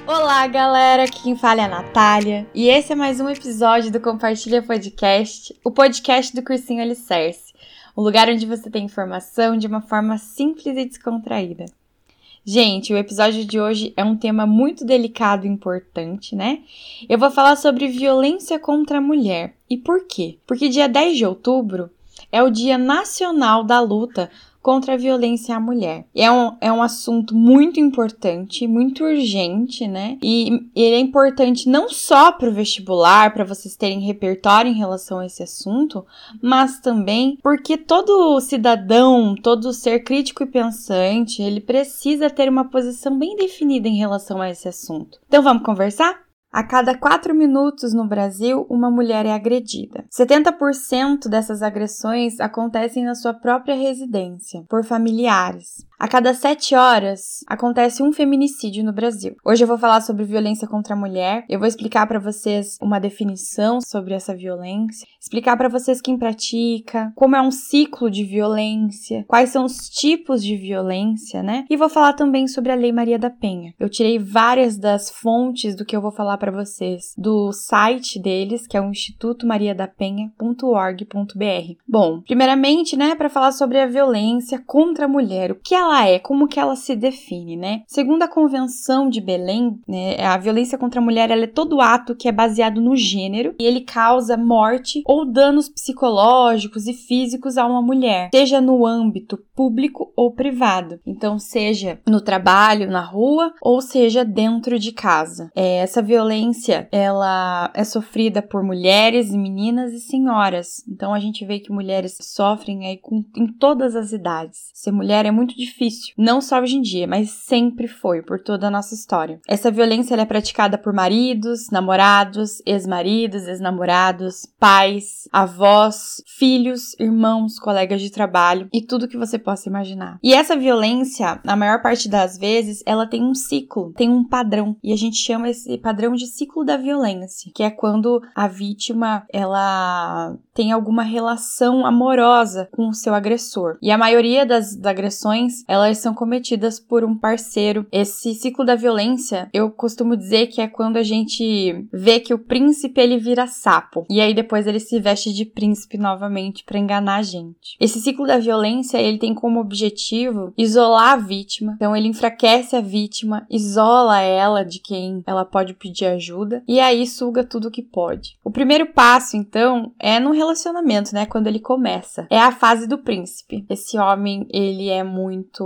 Olá, galera! Aqui quem fala é a Natália e esse é mais um episódio do Compartilha Podcast, o podcast do Cursinho Alicerce, um lugar onde você tem informação de uma forma simples e descontraída. Gente, o episódio de hoje é um tema muito delicado e importante, né? Eu vou falar sobre violência contra a mulher. E por quê? Porque dia 10 de outubro é o Dia Nacional da Luta contra a Violência à Mulher. É um assunto muito importante, muito urgente, né? E ele é importante não só para o vestibular, para vocês terem repertório em relação a esse assunto, mas também porque todo cidadão, todo ser crítico e pensante, ele precisa ter uma posição bem definida em relação a esse assunto. Então vamos conversar? A cada 4 minutos no Brasil, uma mulher é agredida. 70% dessas agressões acontecem na sua própria residência, por familiares. A cada 7 horas, acontece um feminicídio no Brasil. Hoje eu vou falar sobre violência contra a mulher, eu vou explicar para vocês uma definição sobre essa violência, explicar para vocês quem pratica, como é um ciclo de violência, quais são os tipos de violência, né? E vou falar também sobre a Lei Maria da Penha. Eu tirei várias das fontes do que eu vou falar para vocês do site deles, que é o institutomariadapenha.org.br. Bom, primeiramente, né, para falar sobre a violência contra a mulher, o que ela é, como que ela se define, né? Segundo a Convenção de Belém, né, a violência contra a mulher, ela é todo ato que é baseado no gênero e ele causa morte ou danos psicológicos e físicos a uma mulher, seja no âmbito público ou privado. Então, seja no trabalho, na rua, ou seja dentro de casa. Essa violência, ela é sofrida por mulheres, meninas e senhoras. Então, a gente vê que mulheres sofrem aí em todas as idades. Ser mulher é muito difícil, não só hoje em dia, mas sempre foi, por toda a nossa história. Essa violência ela é praticada por maridos, namorados, ex-maridos, ex-namorados, pais, avós, filhos, irmãos, colegas de trabalho e tudo que você possa imaginar. E essa violência, na maior parte das vezes, ela tem um ciclo, tem um padrão, e a gente chama esse padrão de ciclo da violência, que é quando a vítima, ela tem alguma relação amorosa com o seu agressor. E a maioria das agressões, elas são cometidas por um parceiro. Esse ciclo da violência, eu costumo dizer que é quando a gente vê que o príncipe, ele vira sapo. E aí depois ele se veste de príncipe novamente para enganar a gente. Esse ciclo da violência, ele tem como objetivo isolar a vítima. Então ele enfraquece a vítima, isola ela de quem ela pode pedir ajuda e aí suga tudo que pode. O primeiro passo, então, é no relacionamento, né? Quando ele começa. É a fase do príncipe. Esse homem, ele é muito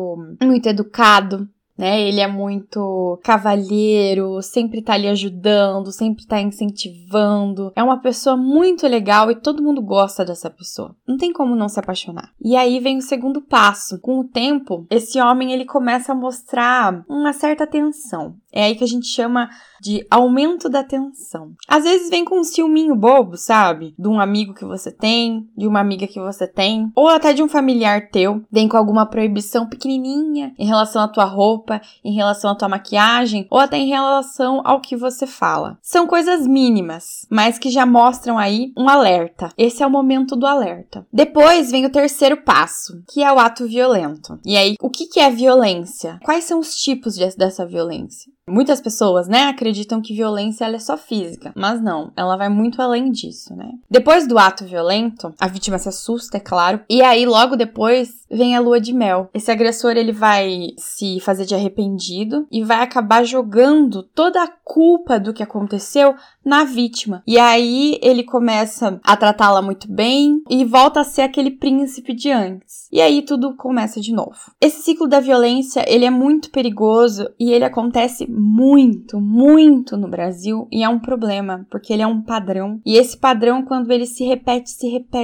educado, né? Ele é muito cavalheiro, sempre tá ali ajudando, sempre tá incentivando. É uma pessoa muito legal e todo mundo gosta dessa pessoa. Não tem como não se apaixonar. E aí vem o segundo passo. Com o tempo, esse homem, ele começa a mostrar uma certa tensão. É aí que a gente chama de aumento da tensão. Às vezes vem com um ciúminho bobo, sabe? De um amigo que você tem, de uma amiga que você tem, ou até de um familiar teu. Vem com alguma proibição pequenininha em relação à tua roupa, em relação à tua maquiagem, ou até em relação ao que você fala. São coisas mínimas, mas que já mostram aí um alerta. Esse é o momento do alerta. Depois vem o terceiro passo, que é o ato violento. E aí, o que é violência? Quais são os tipos dessa violência? Muitas pessoas, né, acreditam que violência ela é só física, mas não, ela vai muito além disso, né? Depois do ato violento, a vítima se assusta, é claro, e aí logo depois vem a lua de mel. Esse agressor, ele vai se fazer de arrependido e vai acabar jogando toda a culpa do que aconteceu na vítima. E aí ele começa a tratá-la muito bem e volta a ser aquele príncipe de antes. E aí tudo começa de novo. Esse ciclo da violência, ele é muito perigoso e ele acontece muito no Brasil e é um problema, porque ele é um padrão. E esse padrão, quando ele se repete,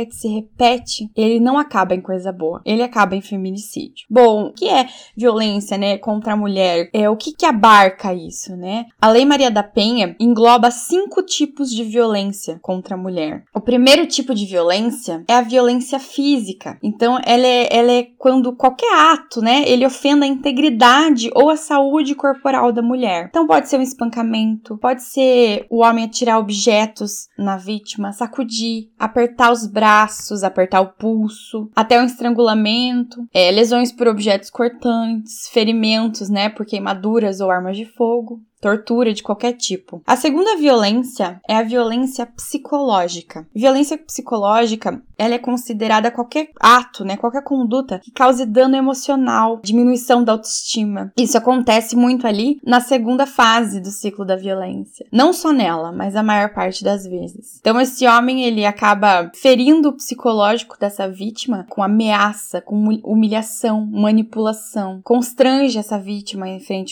ele não acaba em coisa boa. Ele acaba em feminicídio. Bom, o que é violência, né, contra a mulher? O que abarca isso, né? A Lei Maria da Penha engloba 5 tipos de violência contra a mulher. O primeiro tipo de violência é a violência física. Então, ela é quando qualquer ato, né, ele ofenda a integridade ou a saúde corporal da mulher. Então, pode ser um espancamento, pode ser o homem atirar objetos na vítima, sacudir, apertar os braços, apertar o pulso, até o estrangulamento, lesões por objetos cortantes, ferimentos, né, por queimaduras ou armas de fogo. tortura de qualquer tipo. A segunda violência é a violência psicológica. Violência psicológica, ela é considerada qualquer ato, né, qualquer conduta que cause dano emocional, diminuição da autoestima. Isso acontece muito ali na segunda fase do ciclo da violência. Não só nela, mas a maior parte das vezes. Então esse homem, ele acaba ferindo o psicológico dessa vítima com ameaça, com humilhação, manipulação, constrange essa vítima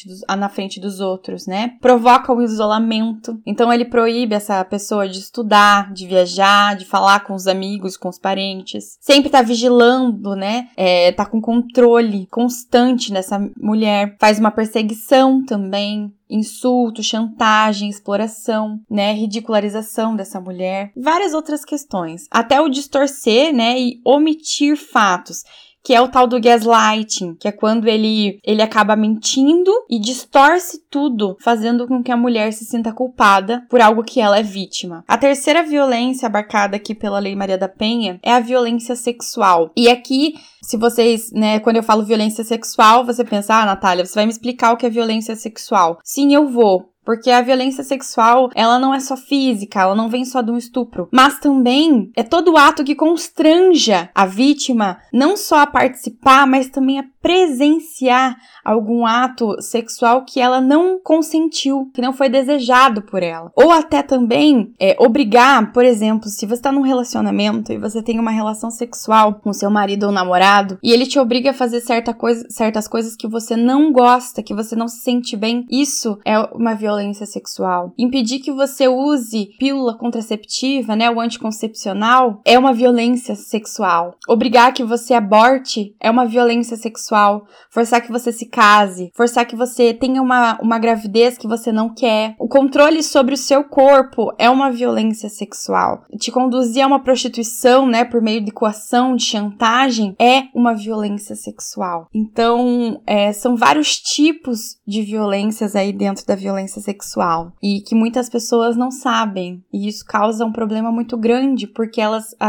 na frente dos outros, né? Provoca o isolamento. Então ele proíbe essa pessoa de estudar, de viajar, de falar com os amigos, com os parentes. Sempre tá vigilando, né? Tá com controle constante nessa mulher. Faz uma perseguição também. Insulto, chantagem, exploração, né, ridicularização dessa mulher, várias outras questões, até o distorcer, né, e omitir fatos, que é o tal do gaslighting, que é quando ele acaba mentindo e distorce tudo, fazendo com que a mulher se sinta culpada por algo que ela é vítima. A terceira violência abarcada aqui pela Lei Maria da Penha é a violência sexual. E aqui, se vocês, né, quando eu falo violência sexual, você pensa, Natália, você vai me explicar o que é violência sexual. Sim, eu vou. Porque a violência sexual, ela não é só física, ela não vem só de um estupro, mas também é todo ato que constranja a vítima não só a participar, mas também a presenciar algum ato sexual que ela não consentiu, que não foi desejado por ela. Ou até também obrigar, por exemplo, se você está num relacionamento e você tem uma relação sexual com seu marido ou namorado e ele te obriga a fazer certas coisas que você não gosta, que você não se sente bem, isso é uma violência sexual. Impedir que você use pílula contraceptiva, né, o anticoncepcional, é uma violência sexual. Obrigar que você aborte é uma violência sexual. Forçar que você se case, forçar que você tenha uma gravidez que você não quer. O controle sobre o seu corpo é uma violência sexual. Te conduzir a uma prostituição, né, por meio de coação, de chantagem, é uma violência sexual. Então, são vários tipos de violências aí dentro da violência sexual e que muitas pessoas não sabem. E isso causa um problema muito grande porque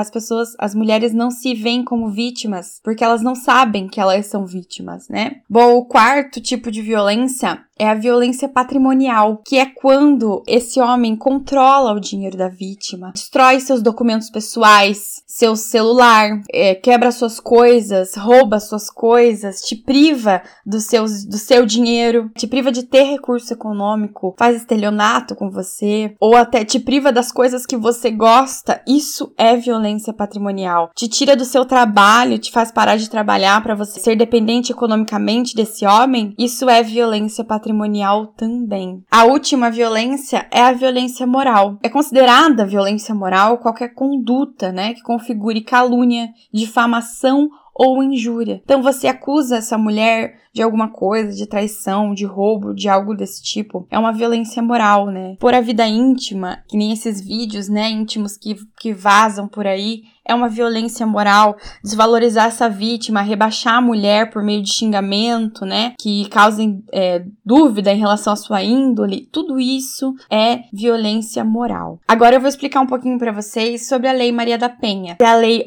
as mulheres não se veem como vítimas, porque elas não sabem que elas são vítimas, né? Bom, o quarto tipo de violência é a violência patrimonial, que é quando esse homem controla o dinheiro da vítima, destrói seus documentos pessoais, seu celular, quebra suas coisas, rouba suas coisas, te priva do seu dinheiro, te priva de ter recurso econômico, faz estelionato com você, ou até te priva das coisas que você gosta. Isso é violência patrimonial. Te tira do seu trabalho, te faz parar de trabalhar para você ser dependente economicamente desse homem. Isso é violência patrimonial também. A última violência é a violência moral. É considerada violência moral qualquer conduta, né, que configure calúnia, difamação ou injúria. Então você acusa essa mulher de alguma coisa, de traição, de roubo, de algo desse tipo. É uma violência moral, né? Por a vida íntima, que nem esses vídeos, né, íntimos que vazam por aí, é uma violência moral. Desvalorizar essa vítima, rebaixar a mulher por meio de xingamento, né, que causem dúvida em relação à sua índole, tudo isso é violência moral. Agora eu vou explicar um pouquinho para vocês sobre a Lei Maria da Penha. É a Lei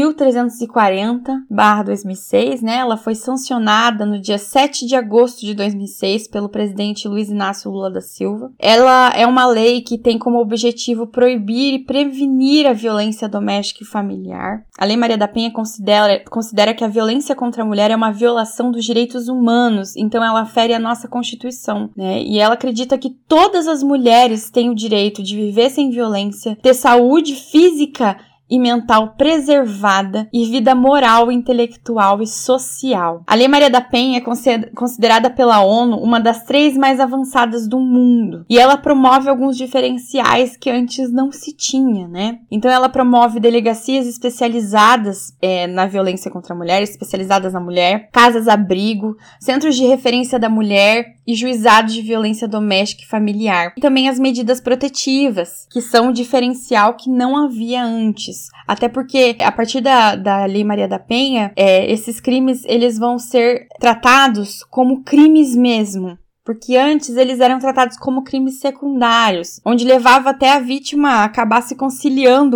11.340/2006, né, ela foi sancionada no dia 7 de agosto de 2006 pelo presidente Luiz Inácio Lula da Silva. Ela é uma lei que tem como objetivo proibir e prevenir a violência doméstica e familiar. A Lei Maria da Penha considera que a violência contra a mulher é uma violação dos direitos humanos, então ela fere a nossa Constituição, né? E ela acredita que todas as mulheres têm o direito de viver sem violência, ter saúde física e mental preservada e vida moral, intelectual e social. A Lei Maria da Penha é considerada pela ONU uma das 3 mais avançadas do mundo. E ela promove alguns diferenciais que antes não se tinha, né? Então ela promove delegacias especializadas na violência contra a mulher, especializadas na mulher, casas-abrigo, centros de referência da mulher e juizados de violência doméstica e familiar. E também as medidas protetivas, que são um diferencial que não havia antes. Até porque, a partir da Lei Maria da Penha, esses crimes eles vão ser tratados como crimes mesmo. Porque antes eles eram tratados como crimes secundários, onde levava até a vítima a acabar se conciliando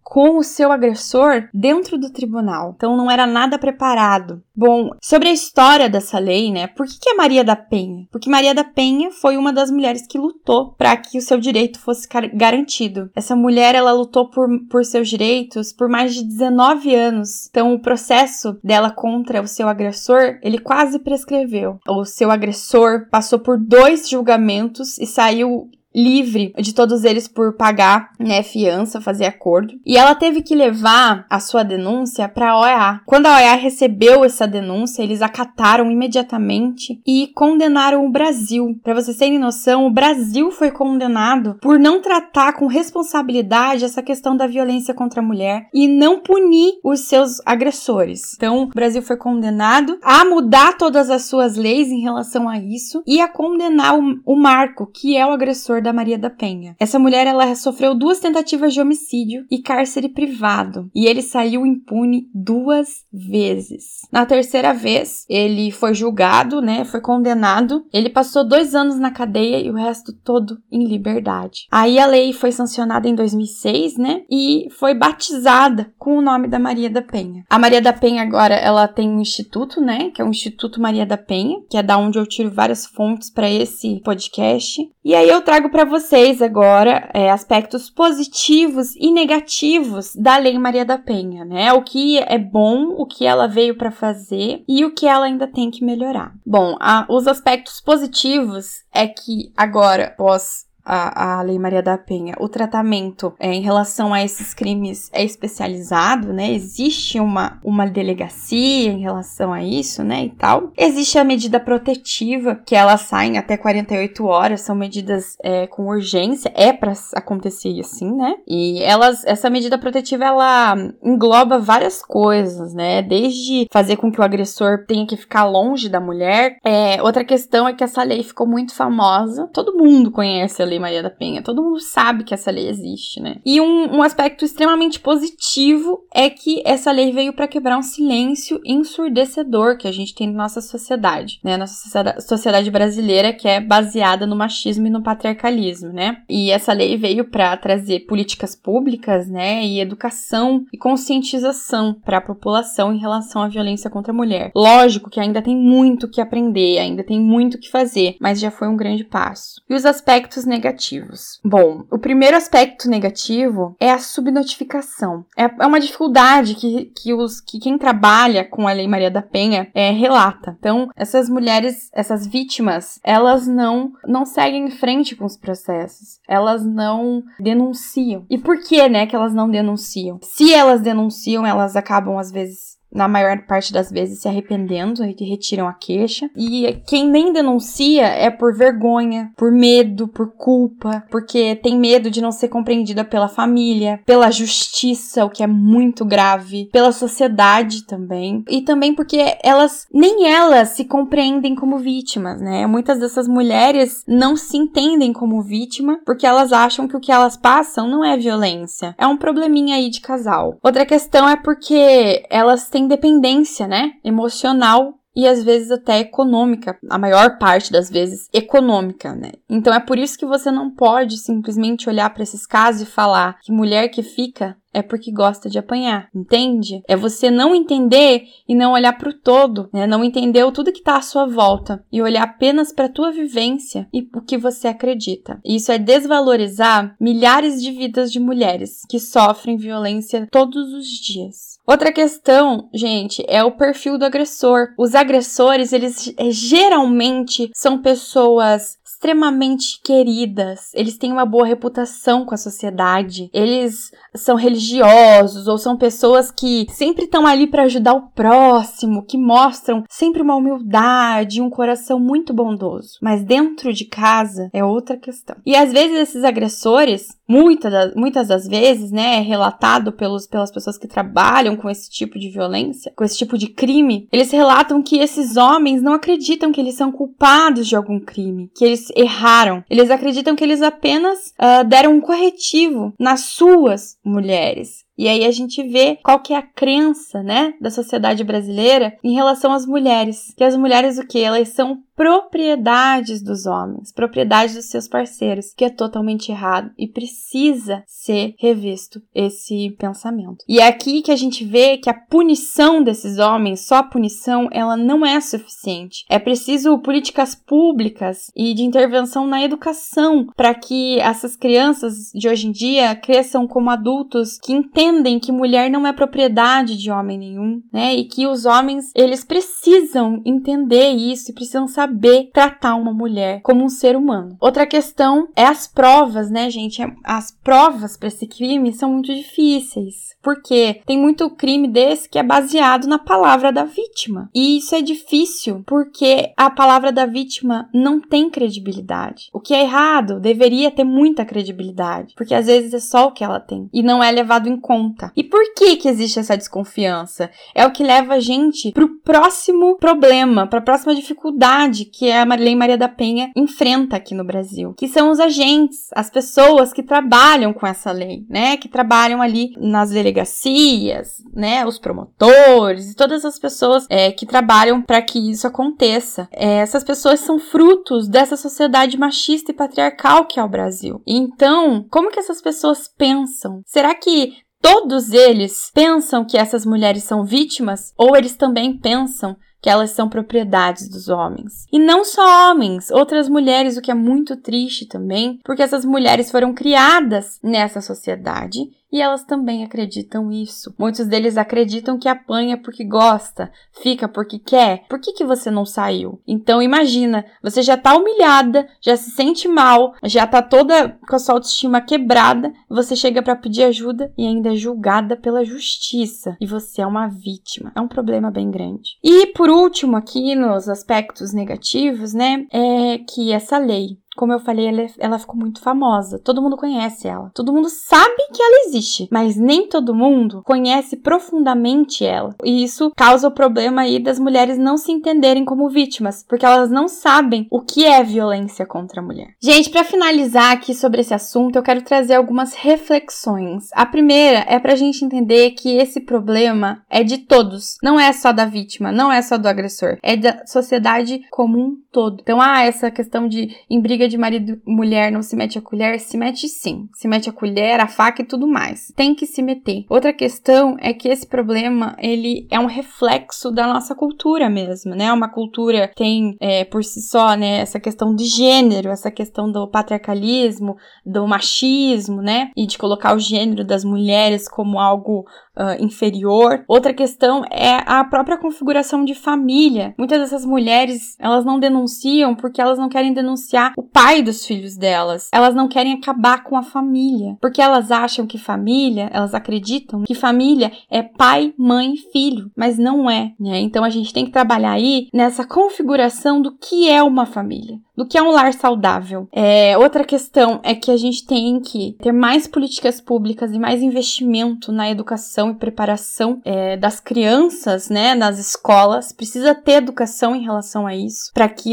com o seu agressor dentro do tribunal. Então não era nada preparado. Bom, sobre a história dessa lei, né? Por que é Maria da Penha? Porque Maria da Penha foi uma das mulheres que lutou para que o seu direito fosse garantido. Essa mulher, ela lutou por seus direitos por mais de 19 anos. Então o processo dela contra o seu agressor, ele quase prescreveu. O seu agressor passou por 2 julgamentos e saiu livre de todos eles por pagar, né, fiança, fazer acordo. E ela teve que levar a sua denúncia para a OEA. Quando a OEA recebeu essa denúncia, eles acataram imediatamente e condenaram o Brasil. Para vocês terem noção, o Brasil foi condenado por não tratar com responsabilidade essa questão da violência contra a mulher e não punir os seus agressores. Então, o Brasil foi condenado a mudar todas as suas leis em relação a isso e a condenar o Marco, que é o agressor da Maria da Penha. Essa mulher, ela sofreu 2 tentativas de homicídio e cárcere privado. E ele saiu impune 2 vezes. Na terceira vez, ele foi julgado, né? Foi condenado. Ele passou 2 anos na cadeia e o resto todo em liberdade. Aí a lei foi sancionada em 2006, né? E foi batizada com o nome da Maria da Penha. A Maria da Penha agora, ela tem um instituto, né? Que é o Instituto Maria da Penha, que é da onde eu tiro várias fontes para esse podcast. E aí eu trago para vocês agora aspectos positivos e negativos da Lei Maria da Penha, né? O que é bom, o que ela veio para fazer e o que ela ainda tem que melhorar. Bom, os aspectos positivos é que agora, após a Lei Maria da Penha, o tratamento em relação a esses crimes é especializado, né? Existe uma delegacia em relação a isso, né? E tal. Existe a medida protetiva, que elas saem até 48 horas, são medidas com urgência, para acontecer assim, né? E essa medida protetiva, ela engloba várias coisas, né? Desde fazer com que o agressor tenha que ficar longe da mulher. Outra questão é que essa lei ficou muito famosa. Todo mundo conhece a Lei Maria da Penha. Todo mundo sabe que essa lei existe, né? E um aspecto extremamente positivo é que essa lei veio para quebrar um silêncio ensurdecedor que a gente tem na nossa sociedade, né? Nossa sociedade brasileira, que é baseada no machismo e no patriarcalismo, né? E essa lei veio para trazer políticas públicas, né? E educação e conscientização para a população em relação à violência contra a mulher. Lógico que ainda tem muito que aprender, ainda tem muito que fazer, mas já foi um grande passo. E os aspectos negativos. Bom, o primeiro aspecto negativo é a subnotificação. É uma dificuldade que quem trabalha com a Lei Maria da Penha relata. Então, essas mulheres, essas vítimas, elas não seguem em frente com os processos. Elas não denunciam. E por que, né, que elas não denunciam? Se elas denunciam, elas acabam, às vezes, na maior parte das vezes, se arrependendo e retiram a queixa. E quem nem denuncia é por vergonha, por medo, por culpa, porque tem medo de não ser compreendida pela família, pela justiça, o que é muito grave, pela sociedade também. E também porque nem elas se compreendem como vítimas, né? Muitas dessas mulheres não se entendem como vítima porque elas acham que o que elas passam não é violência. É um probleminha aí de casal. Outra questão é porque elas têm dependência, né, emocional e às vezes até econômica, a maior parte das vezes econômica, né? Então é por isso que você não pode simplesmente olhar para esses casos e falar que mulher que fica é porque gosta de apanhar, entende? É você não entender e não olhar pro todo, né? Não entender tudo que tá à sua volta e olhar apenas pra tua vivência e o que você acredita. E isso é desvalorizar milhares de vidas de mulheres que sofrem violência todos os dias. Outra questão, gente, é o perfil do agressor. Os agressores, eles geralmente são pessoas extremamente queridas, eles têm uma boa reputação com a sociedade, eles são religiosos ou são pessoas que sempre estão ali para ajudar o próximo, que mostram sempre uma humildade, um coração muito bondoso. Mas dentro de casa é outra questão. E às vezes esses agressores, muitas das vezes, né, é relatado pelas pessoas que trabalham com esse tipo de violência, com esse tipo de crime, eles relatam que esses homens não acreditam que eles são culpados de algum crime, que eles erraram. Eles acreditam que eles apenas deram um corretivo nas suas mulheres. E aí a gente vê qual que é a crença, né, da sociedade brasileira em relação às mulheres. Que as mulheres, o quê? Elas são propriedades dos homens, propriedades dos seus parceiros, que é totalmente errado e precisa ser revisto esse pensamento. E é aqui que a gente vê que a punição desses homens, só a punição, ela não é suficiente. É preciso políticas públicas e de intervenção na educação para que essas crianças de hoje em dia cresçam como adultos que entendem que mulher não é propriedade de homem nenhum, né? E que os homens, eles precisam entender isso e precisam saber tratar uma mulher como um ser humano. Outra questão é as provas, né, gente? As provas para esse crime são muito difíceis, porque tem muito crime desse que é baseado na palavra da vítima. E isso é difícil porque a palavra da vítima não tem credibilidade. O que é errado deveria ter muita credibilidade, porque às vezes é só o que ela tem e não é levado em conta. E por que existe essa desconfiança? É o que leva a gente pro próximo problema, pra próxima dificuldade que a Lei Maria da Penha enfrenta aqui no Brasil, que são os agentes, as pessoas que trabalham com essa lei, né, que trabalham ali nas delegacias, né, os promotores e todas as pessoas que trabalham para que isso aconteça. Essas pessoas são frutos dessa sociedade machista e patriarcal que é o Brasil. Então, como que essas pessoas pensam? Será que todos eles pensam que essas mulheres são vítimas? Ou eles também pensam que elas são propriedades dos homens? E não só homens, outras mulheres, o que é muito triste também, porque essas mulheres foram criadas nessa sociedade e elas também acreditam isso. Muitos deles acreditam que apanha porque gosta, fica porque quer. Por que você não saiu? Então imagina, você já tá humilhada, já se sente mal, já tá toda com a sua autoestima quebrada, você chega pra pedir ajuda e ainda é julgada pela justiça. E você é uma vítima. É um problema bem grande. E por último aqui nos aspectos negativos, né, é que essa lei, como eu falei, ela ficou muito famosa. Todo mundo conhece ela. Todo mundo sabe que ela existe, mas nem todo mundo conhece profundamente ela. E isso causa o problema aí das mulheres não se entenderem como vítimas, porque elas não sabem o que é violência contra a mulher. Gente, para finalizar aqui sobre esse assunto, eu quero trazer algumas reflexões. A primeira é pra gente entender que esse problema é de todos. Não é só da vítima, não é só do agressor. É da sociedade como um todo. Então, essa questão de em briga de marido e mulher não se mete a colher, se mete sim. Se mete a colher, a faca e tudo mais. Tem que se meter. Outra questão é que esse problema, ele é um reflexo da nossa cultura mesmo, né? Uma cultura tem, por si só, né, essa questão de gênero, essa questão do patriarcalismo, do machismo, né? E de colocar o gênero das mulheres como algo inferior. Outra questão é a própria configuração de família. Muitas dessas mulheres, elas não denunciam porque elas não querem denunciar o pai dos filhos delas. Elas não querem acabar com a família, porque elas acham que família, elas acreditam que família é pai, mãe e filho, mas não é, né? Então a gente tem que trabalhar aí nessa configuração do que é uma família, do que é um lar saudável. Outra questão é que a gente tem que ter mais políticas públicas e mais investimento na educação e preparação das crianças, né, nas escolas. Precisa ter educação em relação a isso, para que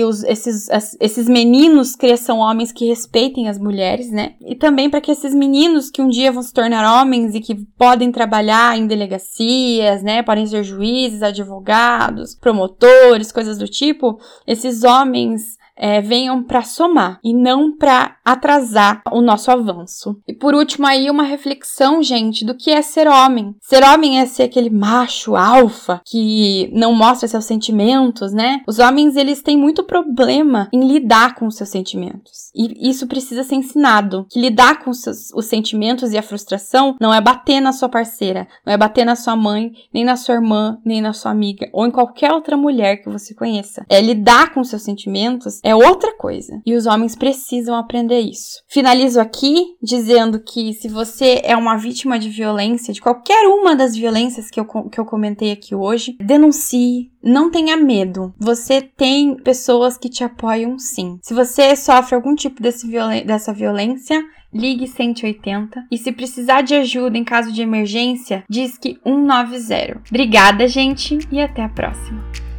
esses meninos cresçam homens que respeitem as mulheres, né, e também para que esses meninos que um dia vão se tornar homens e que podem trabalhar em delegacias, né, podem ser juízes, advogados, promotores, coisas do tipo, esses homens venham para somar e não para atrasar o nosso avanço. E por último aí uma reflexão, gente, do que é ser homem. Ser homem é ser aquele macho alfa que não mostra seus sentimentos, né? Os homens, eles têm muito problema em lidar com os seus sentimentos. E isso precisa ser ensinado. Que lidar com os sentimentos e a frustração não é bater na sua parceira, não é bater na sua mãe, nem na sua irmã, nem na sua amiga, ou em qualquer outra mulher que você conheça. Lidar com os seus sentimentos é outra coisa. E os homens precisam aprender isso. Finalizo aqui dizendo que se você é uma vítima de violência, de qualquer uma das violências que eu comentei aqui hoje, denuncie, não tenha medo. Você tem pessoas que te apoiam sim. Se você sofre algum tipo dessa violência, ligue 180 e se precisar de ajuda em caso de emergência, disque 190. Obrigada, gente, e até a próxima.